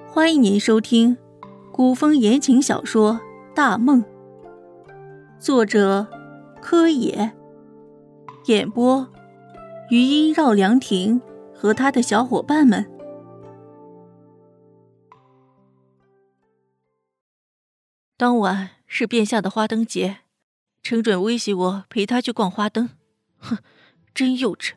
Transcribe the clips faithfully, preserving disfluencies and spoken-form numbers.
欢迎您收听古风言情小说《大梦》，作者柯野，演播余音绕梁亭和他的小伙伴们。当晚是变夏的花灯节，程准威胁我陪他去逛花灯，哼，真幼稚。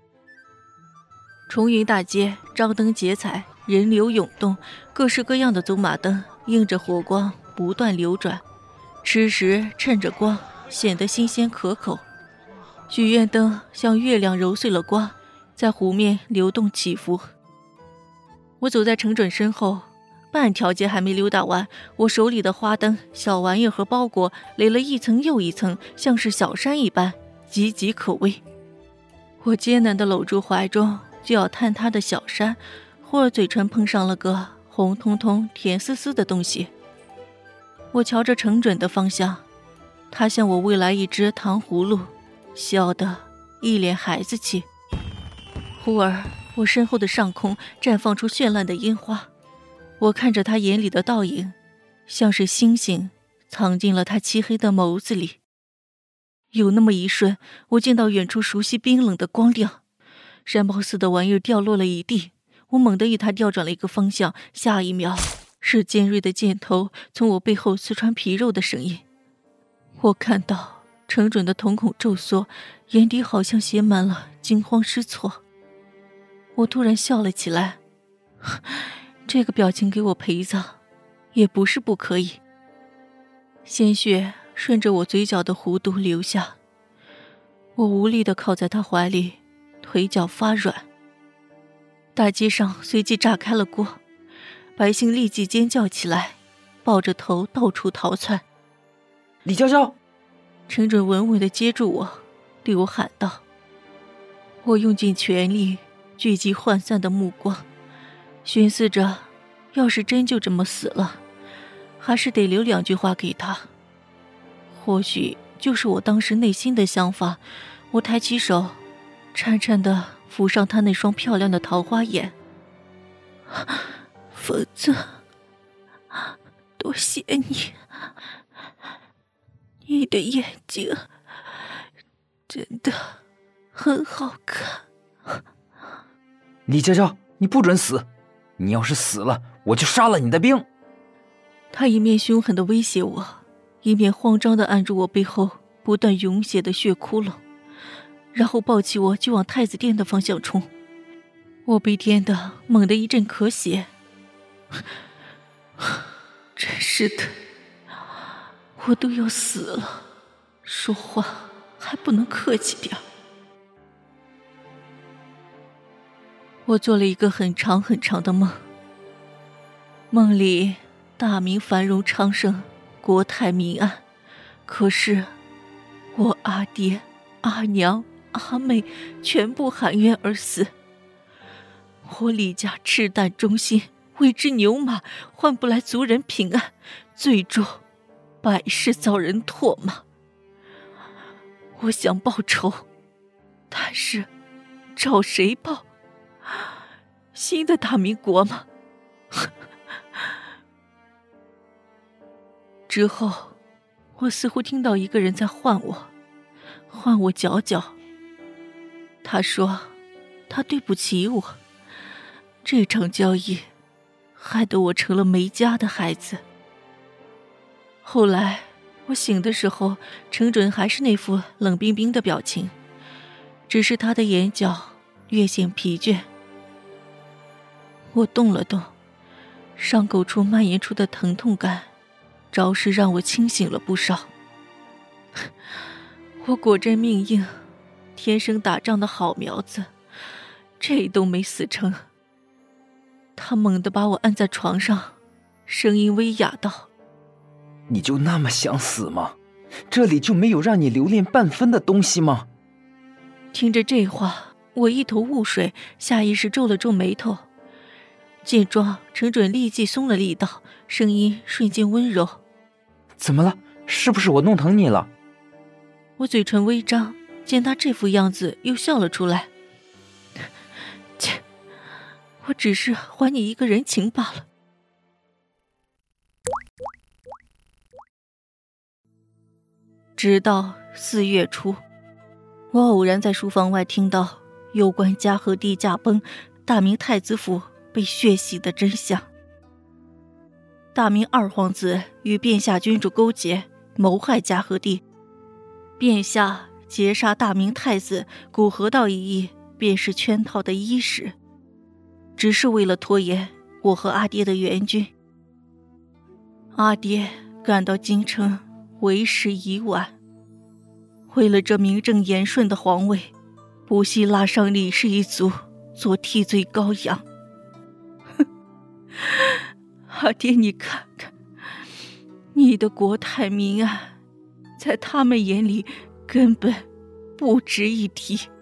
重云大街张灯结彩，人流涌动，各式各样的走马灯映着火光不断流转，吃时趁着光显得新鲜可口。许愿灯像月亮揉碎了光，在湖面流动起伏。我走在程准身后，半条街还没溜达完，我手里的花灯、小玩意和包裹垒了一层又一层，像是小山一般，岌岌可危。我艰难地搂住怀中就要探他的小山，忽而嘴唇碰上了个红彤彤甜丝丝的东西。我瞧着程准的方向，他向我喂来一只糖葫芦，笑得一脸孩子气。忽而我身后的上空绽放出绚烂的烟花，我看着他眼里的倒影，像是星星藏进了他漆黑的眸子里。有那么一瞬，我见到远处熟悉冰冷的光亮，山包似的玩意掉落了一地，我猛地与它调转了一个方向，下一秒是尖锐的箭头从我背后刺穿皮肉的声音。我看到程准的瞳孔骤缩，眼底好像写满了惊慌失措。我突然笑了起来，这个表情给我陪葬也不是不可以。鲜血顺着我嘴角的弧度流下，我无力地靠在他怀里，腿脚发软。大街上随即炸开了锅，百姓立即尖叫起来，抱着头到处逃窜。 李娇娇！ 程准稳稳地接住我，对我喊道。我用尽全力聚集涣散的目光，寻思着要是真就这么死了，还是得留两句话给他。或许就是我当时内心的想法，我抬起手颤颤地抚上他那双漂亮的桃花眼。否则多谢你，你的眼睛真的很好看。 李娇娇，你不准死，你要是死了，我就杀了你的兵。 他一面凶狠地威胁我，一面慌张地按住我背后不断涌血的血窟窿，然后抱起我就往太子殿的方向冲。我被颠得猛地一阵咳血，真是的，我都要死了，说话还不能客气点。我做了一个很长很长的梦，梦里大明繁荣昌盛，国泰民安，可是我阿爹、阿娘、阿妹全部含冤而死。我李家赤胆忠心，为之牛马，换不来族人平安，最终百世遭人唾骂。我想报仇，但是找谁报？新的大明国吗？之后我似乎听到一个人在唤我，唤我脚脚。他说他对不起我，这场交易害得我成了没家的孩子。后来我醒的时候，程准还是那副冷冰冰的表情，只是他的眼角略显疲倦。我动了动，伤口处蔓延出的疼痛感着实让我清醒了不少。我果真命硬，天生打仗的好苗子，这都没死成。他猛地把我按在床上，声音微哑道： 你就那么想死吗？这里就没有让你留恋半分的东西吗？ 听着这话，我一头雾水，下意识皱了皱眉头。见状，程准立即松了力道，声音瞬间温柔： 怎么了？是不是我弄疼你了？ 我嘴唇微张，见他这副样子又笑了出来。切，我只是还你一个人情罢了， 直到四月初，我偶然在书房外听到有关嘉禾帝驾崩、大明太子府被血洗的真相。大明二皇子与殿下君主勾结，谋害嘉禾帝，殿下劫杀大明太子，古河道一役便是圈套的伊始，只是为了拖延我和阿爹的援军。阿爹赶到京城为时已晚，为了这名正言顺的皇位，不惜拉上李氏一族做替罪羔羊。哼，阿爹，你看看，你的国泰民安，在他们眼里根本不值一提。